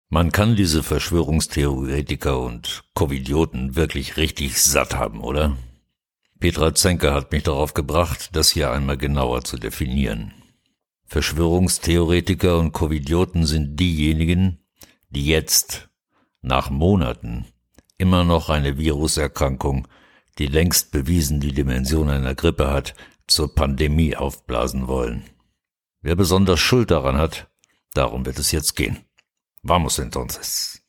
Man kann diese Verschwörungstheoretiker und Covidioten wirklich richtig satt haben, oder? Petra Zenker hat mich darauf gebracht, das hier einmal genauer zu definieren. Verschwörungstheoretiker und Covidioten sind diejenigen, die jetzt, nach Monaten, immer noch eine Viruserkrankung, die längst bewiesen die Dimension einer Grippe hat, zur Pandemie aufblasen wollen. Wer besonders Schuld daran hat, darum wird es jetzt gehen. Vamos entonces.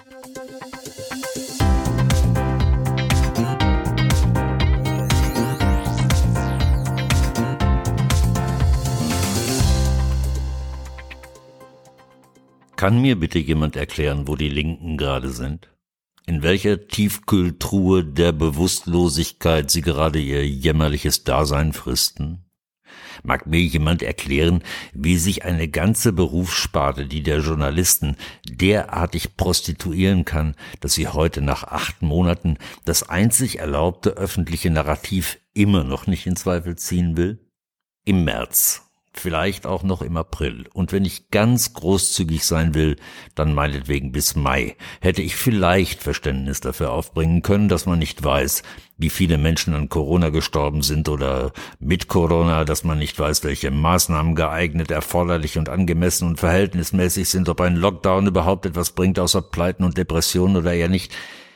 Kann mir bitte jemand erklären, wo die Linken gerade sind? In welcher Tiefkühltruhe der Bewusstlosigkeit sie gerade ihr jämmerliches Dasein fristen? Mag mir jemand erklären, wie sich eine ganze Berufssparte, die der Journalisten, derartig prostituieren kann, dass sie heute nach 8 Monaten das einzig erlaubte öffentliche Narrativ immer noch nicht in Zweifel ziehen will? Im März, vielleicht auch noch im April, und wenn ich ganz großzügig sein will, dann meinetwegen bis Mai, hätte ich vielleicht Verständnis dafür aufbringen können, dass man nicht weiß, wie viele Menschen an Corona gestorben sind oder mit Corona, dass man nicht weiß, welche Maßnahmen geeignet, erforderlich und angemessen und verhältnismäßig sind, ob ein Lockdown überhaupt etwas bringt, außer Pleiten und Depressionen oder eher nicht.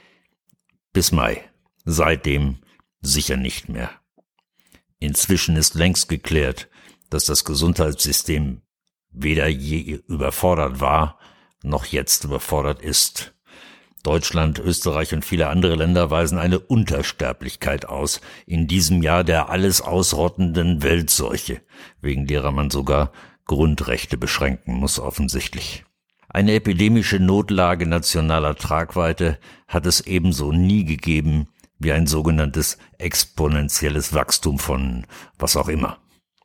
Bis Mai. Seitdem sicher nicht mehr. Inzwischen ist längst geklärt, dass das Gesundheitssystem weder je überfordert war, noch jetzt überfordert ist. Deutschland, Österreich und viele andere Länder weisen eine Untersterblichkeit aus, in diesem Jahr der alles ausrottenden Weltseuche, wegen derer man sogar Grundrechte beschränken muss offensichtlich. Eine epidemische Notlage nationaler Tragweite hat es ebenso nie gegeben wie ein sogenanntes exponentielles Wachstum von was auch immer.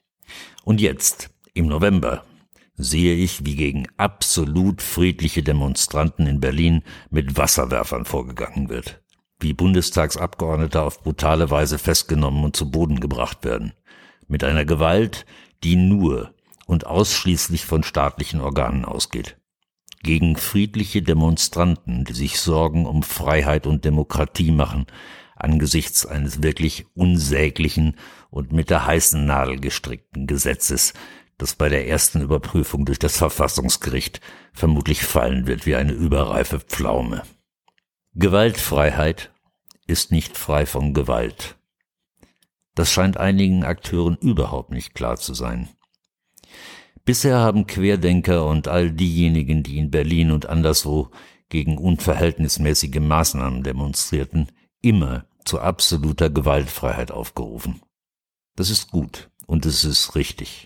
Und jetzt, im November, sehe ich, wie gegen absolut friedliche Demonstranten in Berlin mit Wasserwerfern vorgegangen wird, wie Bundestagsabgeordnete auf brutale Weise festgenommen und zu Boden gebracht werden, mit einer Gewalt, die nur und ausschließlich von staatlichen Organen ausgeht, gegen friedliche Demonstranten, die sich Sorgen um Freiheit und Demokratie machen, angesichts eines wirklich unsäglichen und mit der heißen Nadel gestrickten Gesetzes, das bei der ersten Überprüfung durch das Verfassungsgericht vermutlich fallen wird wie eine überreife Pflaume. Gewaltfreiheit ist nicht frei von Gewalt. Das scheint einigen Akteuren überhaupt nicht klar zu sein. Bisher haben Querdenker und all diejenigen, die in Berlin und anderswo gegen unverhältnismäßige Maßnahmen demonstrierten, immer zu absoluter Gewaltfreiheit aufgerufen. Das ist gut und es ist richtig.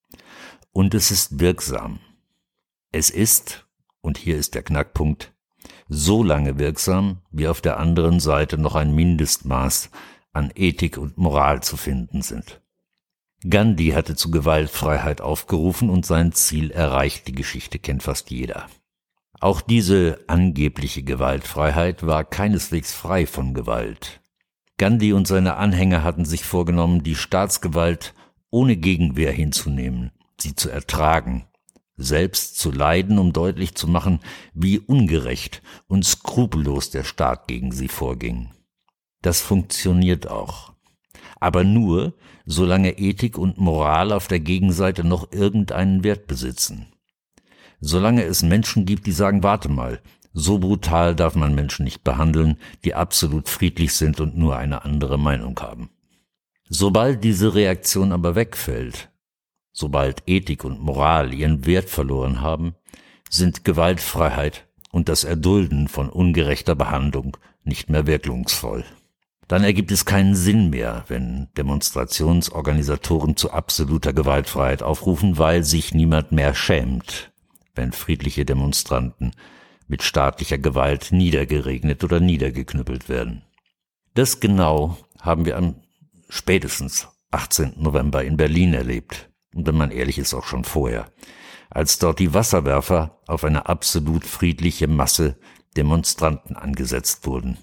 Und es ist wirksam. Es ist, und hier ist der Knackpunkt, so lange wirksam, wie auf der anderen Seite noch ein Mindestmaß an Ethik und Moral zu finden sind. Gandhi hatte zu Gewaltfreiheit aufgerufen und sein Ziel erreicht, die Geschichte kennt fast jeder. Auch diese angebliche Gewaltfreiheit war keineswegs frei von Gewalt. Gandhi und seine Anhänger hatten sich vorgenommen, die Staatsgewalt ohne Gegenwehr hinzunehmen, sie zu ertragen, selbst zu leiden, um deutlich zu machen, wie ungerecht und skrupellos der Staat gegen sie vorging. Das funktioniert auch. Aber nur, solange Ethik und Moral auf der Gegenseite noch irgendeinen Wert besitzen. Solange es Menschen gibt, die sagen, warte mal, so brutal darf man Menschen nicht behandeln, die absolut friedlich sind und nur eine andere Meinung haben. Sobald diese Reaktion aber wegfällt, sobald Ethik und Moral ihren Wert verloren haben, sind Gewaltfreiheit und das Erdulden von ungerechter Behandlung nicht mehr wirkungsvoll. Dann ergibt es keinen Sinn mehr, wenn Demonstrationsorganisatoren zu absoluter Gewaltfreiheit aufrufen, weil sich niemand mehr schämt, wenn friedliche Demonstranten mit staatlicher Gewalt niedergeregnet oder niedergeknüppelt werden. Das genau haben wir am spätestens 18. November in Berlin erlebt. Und wenn man ehrlich ist, auch schon vorher, als dort die Wasserwerfer auf eine absolut friedliche Masse Demonstranten angesetzt wurden.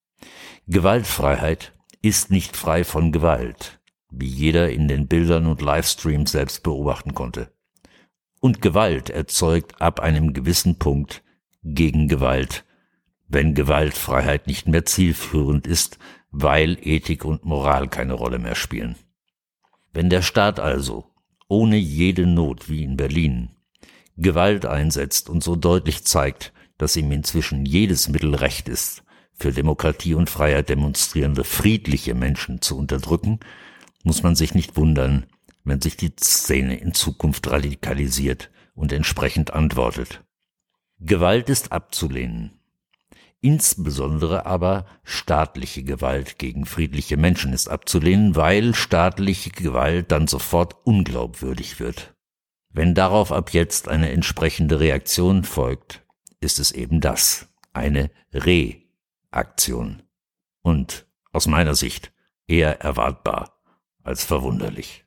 Gewaltfreiheit ist nicht frei von Gewalt, wie jeder in den Bildern und Livestreams selbst beobachten konnte. Und Gewalt erzeugt ab einem gewissen Punkt gegen Gewalt, wenn Gewaltfreiheit nicht mehr zielführend ist, weil Ethik und Moral keine Rolle mehr spielen. Wenn der Staat also, ohne jede Not wie in Berlin, Gewalt einsetzt und so deutlich zeigt, dass ihm inzwischen jedes Mittel recht ist, für Demokratie und Freiheit demonstrierende friedliche Menschen zu unterdrücken, muss man sich nicht wundern, wenn sich die Szene in Zukunft radikalisiert und entsprechend antwortet. Gewalt ist abzulehnen. Insbesondere aber staatliche Gewalt gegen friedliche Menschen ist abzulehnen, weil staatliche Gewalt dann sofort unglaubwürdig wird. Wenn darauf ab jetzt eine entsprechende Reaktion folgt, ist es eben das, eine Reaktion. Und aus meiner Sicht eher erwartbar als verwunderlich.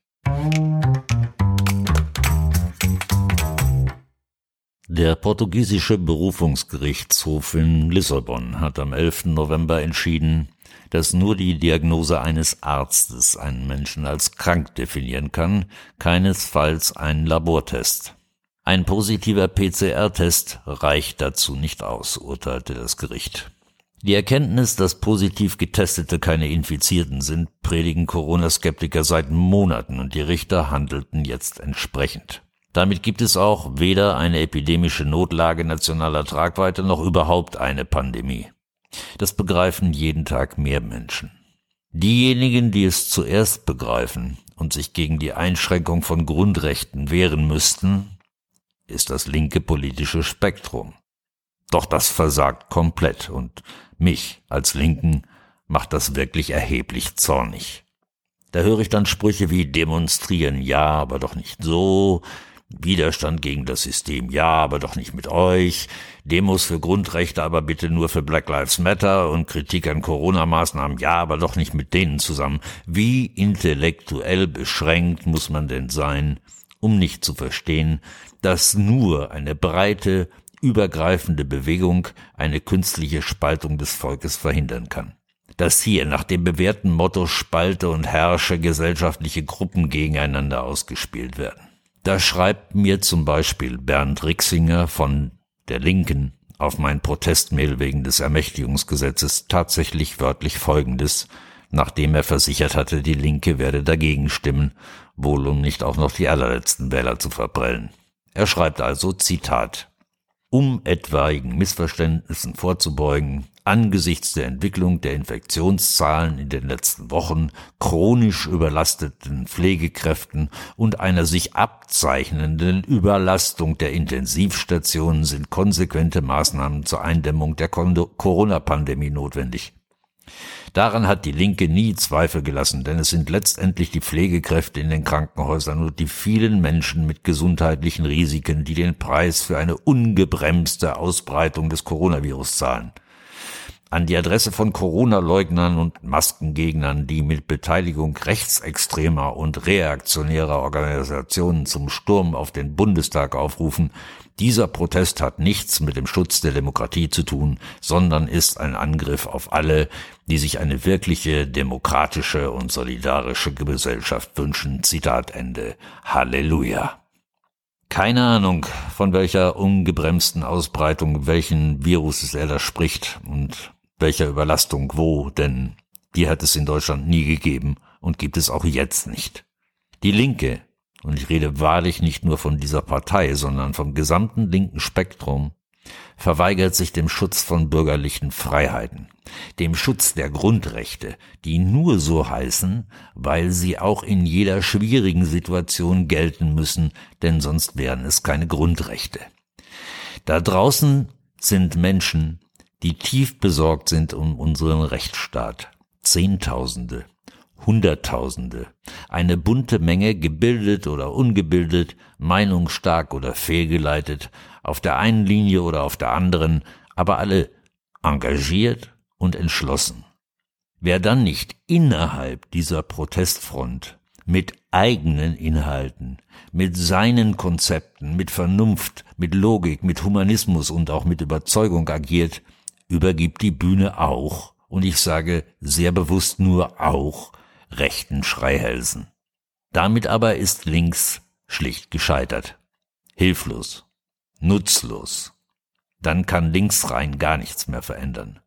Der portugiesische Berufungsgerichtshof in Lissabon hat am 11. November entschieden, dass nur die Diagnose eines Arztes einen Menschen als krank definieren kann, keinesfalls ein Labortest. Ein positiver PCR-Test reicht dazu nicht aus, urteilte das Gericht. Die Erkenntnis, dass positiv Getestete keine Infizierten sind, predigen Corona-Skeptiker seit Monaten und die Richter handelten jetzt entsprechend. Damit gibt es auch weder eine epidemische Notlage nationaler Tragweite noch überhaupt eine Pandemie. Das begreifen jeden Tag mehr Menschen. Diejenigen, die es zuerst begreifen und sich gegen die Einschränkung von Grundrechten wehren müssten, ist das linke politische Spektrum. Doch das versagt komplett und mich als Linken macht das wirklich erheblich zornig. Da höre ich dann Sprüche wie demonstrieren, ja, aber doch nicht so, Widerstand gegen das System, ja, aber doch nicht mit euch, Demos für Grundrechte, aber bitte nur für Black Lives Matter und Kritik an Corona-Maßnahmen, ja, aber doch nicht mit denen zusammen. Wie intellektuell beschränkt muss man denn sein, um nicht zu verstehen, dass nur eine breite, übergreifende Bewegung eine künstliche Spaltung des Volkes verhindern kann. Dass hier nach dem bewährten Motto Spalte und Herrsche gesellschaftliche Gruppen gegeneinander ausgespielt werden. Da schreibt mir zum Beispiel Bernd Rixinger von der Linken auf mein Protestmail wegen des Ermächtigungsgesetzes tatsächlich wörtlich Folgendes, nachdem er versichert hatte, die Linke werde dagegen stimmen, wohl um nicht auch noch die allerletzten Wähler zu verprellen. Er schreibt also, Zitat, um etwaigen Missverständnissen vorzubeugen, angesichts der Entwicklung der Infektionszahlen in den letzten Wochen, chronisch überlasteten Pflegekräften und einer sich abzeichnenden Überlastung der Intensivstationen sind konsequente Maßnahmen zur Eindämmung der Corona-Pandemie notwendig. Daran hat die Linke nie Zweifel gelassen, denn es sind letztendlich die Pflegekräfte in den Krankenhäusern und die vielen Menschen mit gesundheitlichen Risiken, die den Preis für eine ungebremste Ausbreitung des Coronavirus zahlen. An die Adresse von Corona-Leugnern und Maskengegnern, die mit Beteiligung rechtsextremer und reaktionärer Organisationen zum Sturm auf den Bundestag aufrufen, dieser Protest hat nichts mit dem Schutz der Demokratie zu tun, sondern ist ein Angriff auf alle, die sich eine wirkliche demokratische und solidarische Gesellschaft wünschen. Zitat Ende. Halleluja. Keine Ahnung, von welcher ungebremsten Ausbreitung welchen Virus er da spricht und welcher Überlastung wo, denn die hat es in Deutschland nie gegeben und gibt es auch jetzt nicht. Die Linke, und ich rede wahrlich nicht nur von dieser Partei, sondern vom gesamten linken Spektrum, verweigert sich dem Schutz von bürgerlichen Freiheiten, dem Schutz der Grundrechte, die nur so heißen, weil sie auch in jeder schwierigen Situation gelten müssen, denn sonst wären es keine Grundrechte. Da draußen sind Menschen, die tief besorgt sind um unseren Rechtsstaat. Zehntausende, Hunderttausende, eine bunte Menge, gebildet oder ungebildet, meinungsstark oder fehlgeleitet, auf der einen Linie oder auf der anderen, aber alle engagiert und entschlossen. Wer dann nicht innerhalb dieser Protestfront mit eigenen Inhalten, mit seinen Konzepten, mit Vernunft, mit Logik, mit Humanismus und auch mit Überzeugung agiert, übergibt die Bühne auch, und ich sage sehr bewusst nur auch, rechten Schreihälsen. Damit aber ist links schlicht gescheitert. Hilflos. Nutzlos. Dann kann links rein gar nichts mehr verändern.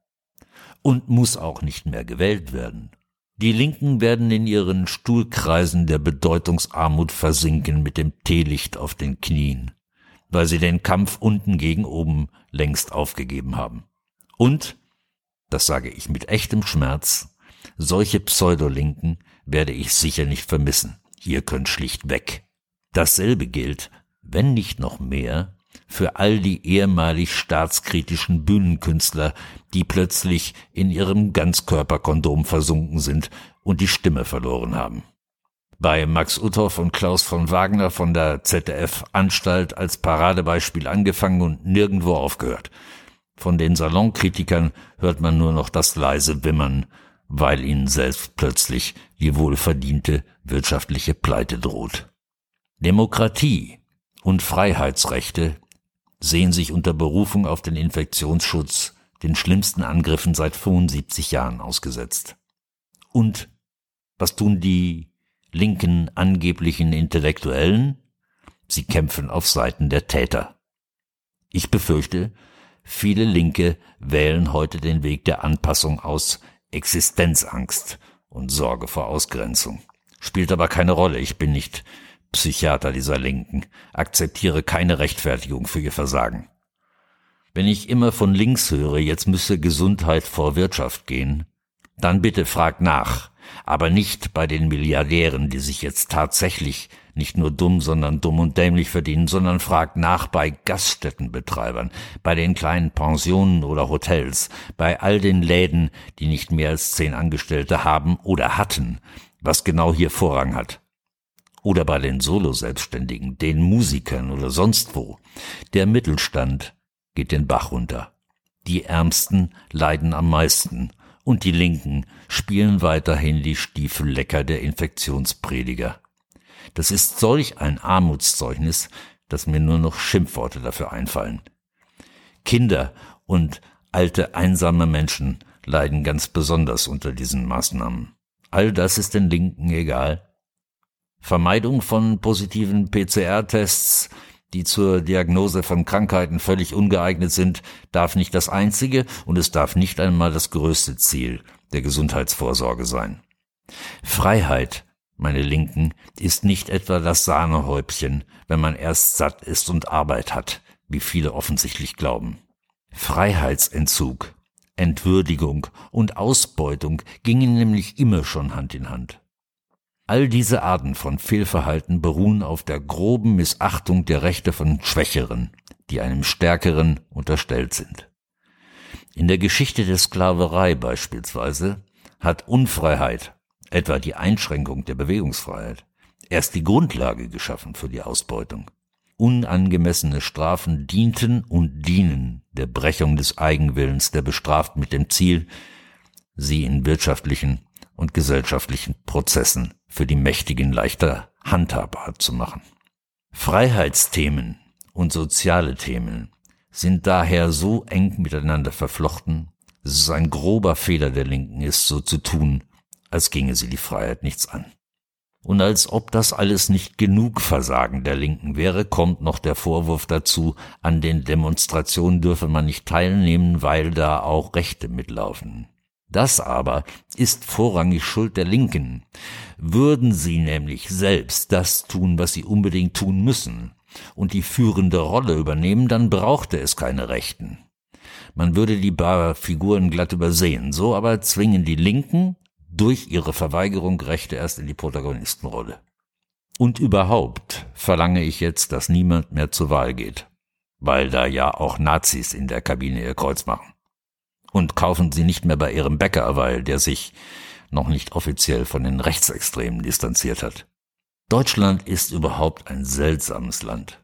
Und muss auch nicht mehr gewählt werden. Die Linken werden in ihren Stuhlkreisen der Bedeutungsarmut versinken mit dem Teelicht auf den Knien, weil sie den Kampf unten gegen oben längst aufgegeben haben. Und, das sage ich mit echtem Schmerz, solche Pseudolinken werde ich sicher nicht vermissen. Ihr könnt schlicht weg. Dasselbe gilt, wenn nicht noch mehr, für all die ehemalig staatskritischen Bühnenkünstler, die plötzlich in ihrem Ganzkörperkondom versunken sind und die Stimme verloren haben. Bei Max Uthoff und Klaus von Wagner von der ZDF-Anstalt als Paradebeispiel angefangen und nirgendwo aufgehört. Von den Salonkritikern hört man nur noch das leise Wimmern, weil ihnen selbst plötzlich die wohlverdiente wirtschaftliche Pleite droht. Demokratie und Freiheitsrechte sehen sich unter Berufung auf den Infektionsschutz den schlimmsten Angriffen seit 75 Jahren ausgesetzt. Und was tun die linken angeblichen Intellektuellen? Sie kämpfen auf Seiten der Täter. Ich befürchte, viele Linke wählen heute den Weg der Anpassung aus Existenzangst und Sorge vor Ausgrenzung. Spielt aber keine Rolle, ich bin nicht Psychiater dieser Linken, akzeptiere keine Rechtfertigung für ihr Versagen. Wenn ich immer von links höre, jetzt müsse Gesundheit vor Wirtschaft gehen, dann bitte fragt nach, aber nicht bei den Milliardären, die sich jetzt tatsächlich nicht nur dumm, sondern dumm und dämlich verdienen, sondern fragt nach bei Gaststättenbetreibern, bei den kleinen Pensionen oder Hotels, bei all den Läden, die nicht mehr als 10 Angestellte haben oder hatten, was genau hier Vorrang hat. Oder bei den Solo-Selbstständigen, den Musikern oder sonst wo. Der Mittelstand geht den Bach runter. Die Ärmsten leiden am meisten und die Linken spielen weiterhin die Stiefellecker der Infektionsprediger. Das ist solch ein Armutszeugnis, dass mir nur noch Schimpfworte dafür einfallen. Kinder und alte, einsame Menschen leiden ganz besonders unter diesen Maßnahmen. All das ist den Linken egal. Vermeidung von positiven PCR-Tests, die zur Diagnose von Krankheiten völlig ungeeignet sind, darf nicht das einzige und es darf nicht einmal das größte Ziel der Gesundheitsvorsorge sein. Freiheit, meine Linken, ist nicht etwa das Sahnehäubchen, wenn man erst satt ist und Arbeit hat, wie viele offensichtlich glauben. Freiheitsentzug, Entwürdigung und Ausbeutung gingen nämlich immer schon Hand in Hand. All diese Arten von Fehlverhalten beruhen auf der groben Missachtung der Rechte von Schwächeren, die einem Stärkeren unterstellt sind. In der Geschichte der Sklaverei beispielsweise hat Unfreiheit, etwa die Einschränkung der Bewegungsfreiheit, erst die Grundlage geschaffen für die Ausbeutung. Unangemessene Strafen dienten und dienen der Brechung des Eigenwillens der Bestraften mit dem Ziel, sie in wirtschaftlichen und gesellschaftlichen Prozessen für die Mächtigen leichter handhabbar zu machen. Freiheitsthemen und soziale Themen sind daher so eng miteinander verflochten, dass es ein grober Fehler der Linken ist, so zu tun, als ginge sie die Freiheit nichts an. Und als ob das alles nicht genug Versagen der Linken wäre, kommt noch der Vorwurf dazu, an den Demonstrationen dürfe man nicht teilnehmen, weil da auch Rechte mitlaufen. Das aber ist vorrangig Schuld der Linken. Würden sie nämlich selbst das tun, was sie unbedingt tun müssen, und die führende Rolle übernehmen, dann brauchte es keine Rechten. Man würde die paar Figuren glatt übersehen, so aber zwingen die Linken durch ihre Verweigerung Rechte erst in die Protagonistenrolle. Und überhaupt verlange ich jetzt, dass niemand mehr zur Wahl geht, weil da ja auch Nazis in der Kabine ihr Kreuz machen. Und kaufen sie nicht mehr bei ihrem Bäcker, weil der sich noch nicht offiziell von den Rechtsextremen distanziert hat. Deutschland ist überhaupt ein seltsames Land.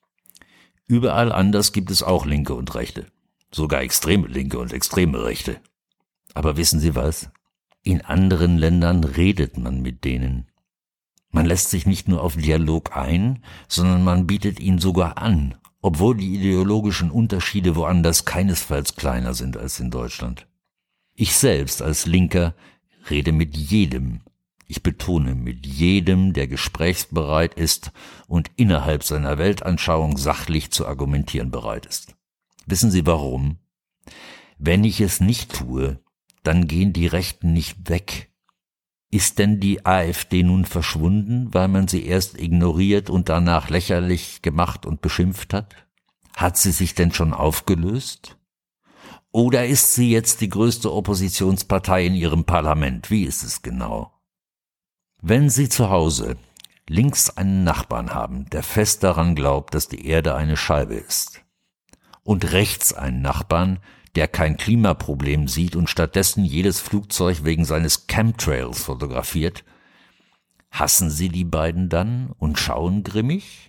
Überall anders gibt es auch Linke und Rechte, sogar extreme Linke und extreme Rechte. Aber wissen Sie was? In anderen Ländern redet man mit denen. Man lässt sich nicht nur auf Dialog ein, sondern man bietet ihn sogar an, obwohl die ideologischen Unterschiede woanders keinesfalls kleiner sind als in Deutschland. Ich selbst als Linker rede mit jedem, ich betone mit jedem, der gesprächsbereit ist und innerhalb seiner Weltanschauung sachlich zu argumentieren bereit ist. Wissen Sie warum? Wenn ich es nicht tue, dann gehen die Rechten nicht weg. Ist denn die AfD nun verschwunden, weil man sie erst ignoriert und danach lächerlich gemacht und beschimpft hat? Hat sie sich denn schon aufgelöst? Oder ist sie jetzt die größte Oppositionspartei in ihrem Parlament? Wie ist es genau? Wenn Sie zu Hause links einen Nachbarn haben, der fest daran glaubt, dass die Erde eine Scheibe ist, und rechts einen Nachbarn, der kein Klimaproblem sieht und stattdessen jedes Flugzeug wegen seines Chemtrails fotografiert, hassen Sie die beiden dann und schauen grimmig?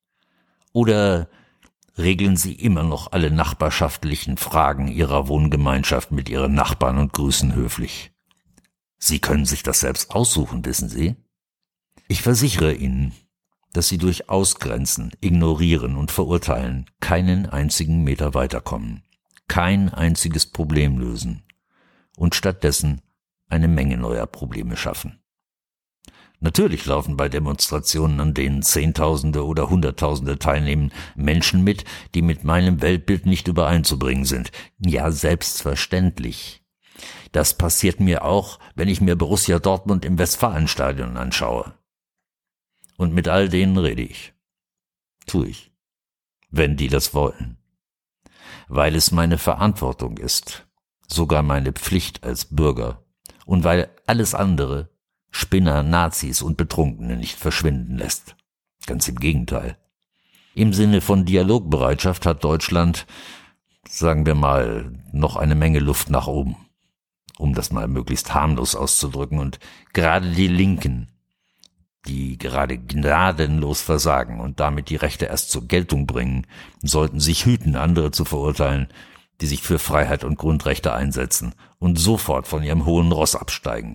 Oder regeln Sie immer noch alle nachbarschaftlichen Fragen Ihrer Wohngemeinschaft mit Ihren Nachbarn und grüßen höflich? Sie können sich das selbst aussuchen, wissen Sie? Ich versichere Ihnen, dass Sie durch Ausgrenzen, Ignorieren und Verurteilen keinen einzigen Meter weiterkommen, kein einziges Problem lösen und stattdessen eine Menge neuer Probleme schaffen. Natürlich laufen bei Demonstrationen, an denen Zehntausende oder Hunderttausende teilnehmen, Menschen die mit meinem Weltbild nicht übereinzubringen sind. Ja, selbstverständlich. Das passiert mir auch, wenn ich mir Borussia Dortmund im Westfalenstadion anschaue. Und mit all denen rede ich. Tue ich. Wenn die das wollen. Weil es meine Verantwortung ist, sogar meine Pflicht als Bürger, und weil alles andere Spinner, Nazis und Betrunkene nicht verschwinden lässt. Ganz im Gegenteil. Im Sinne von Dialogbereitschaft hat Deutschland, sagen wir mal, noch eine Menge Luft nach oben, um das mal möglichst harmlos auszudrücken. Und gerade die Linken, die gerade gnadenlos versagen und damit die Rechte erst zur Geltung bringen, sollten sich hüten, andere zu verurteilen, die sich für Freiheit und Grundrechte einsetzen und sofort von ihrem hohen Ross absteigen.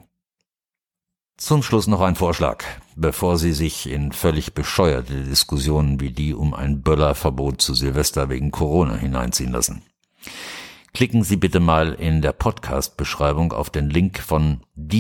Zum Schluss noch ein Vorschlag, bevor Sie sich in völlig bescheuerte Diskussionen wie die um ein Böllerverbot zu Silvester wegen Corona hineinziehen lassen. Klicken Sie bitte mal in der Podcast-Beschreibung auf den Link von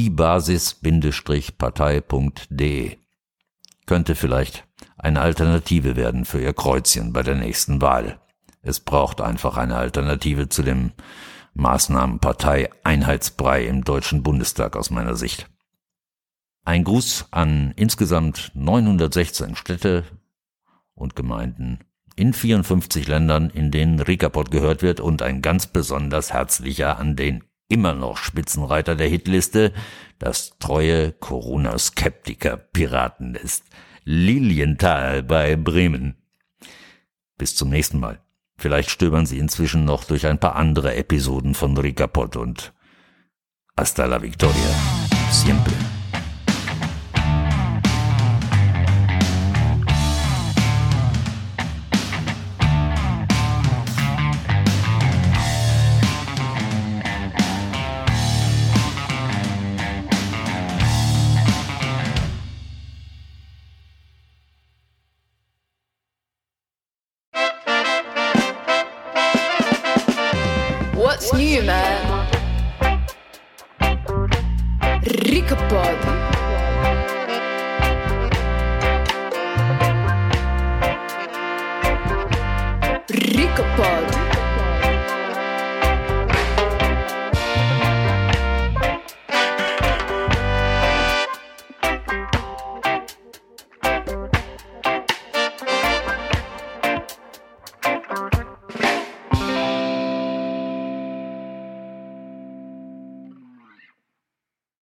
diebasis-partei.de. Könnte vielleicht eine Alternative werden für Ihr Kreuzchen bei der nächsten Wahl. Es braucht einfach eine Alternative zu dem Maßnahmenpartei Einheitsbrei im Deutschen Bundestag aus meiner Sicht. Ein Gruß an insgesamt 916 Städte und Gemeinden in 54 Ländern, in denen Ricapod gehört wird, und ein ganz besonders herzlicher an den immer noch Spitzenreiter der Hitliste, das treue Corona-Skeptiker-Piratennest Lilienthal bei Bremen. Bis zum nächsten Mal. Vielleicht stöbern Sie inzwischen noch durch ein paar andere Episoden von Ricapod und hasta la victoria. Siempre. What's new, man? Ricapod.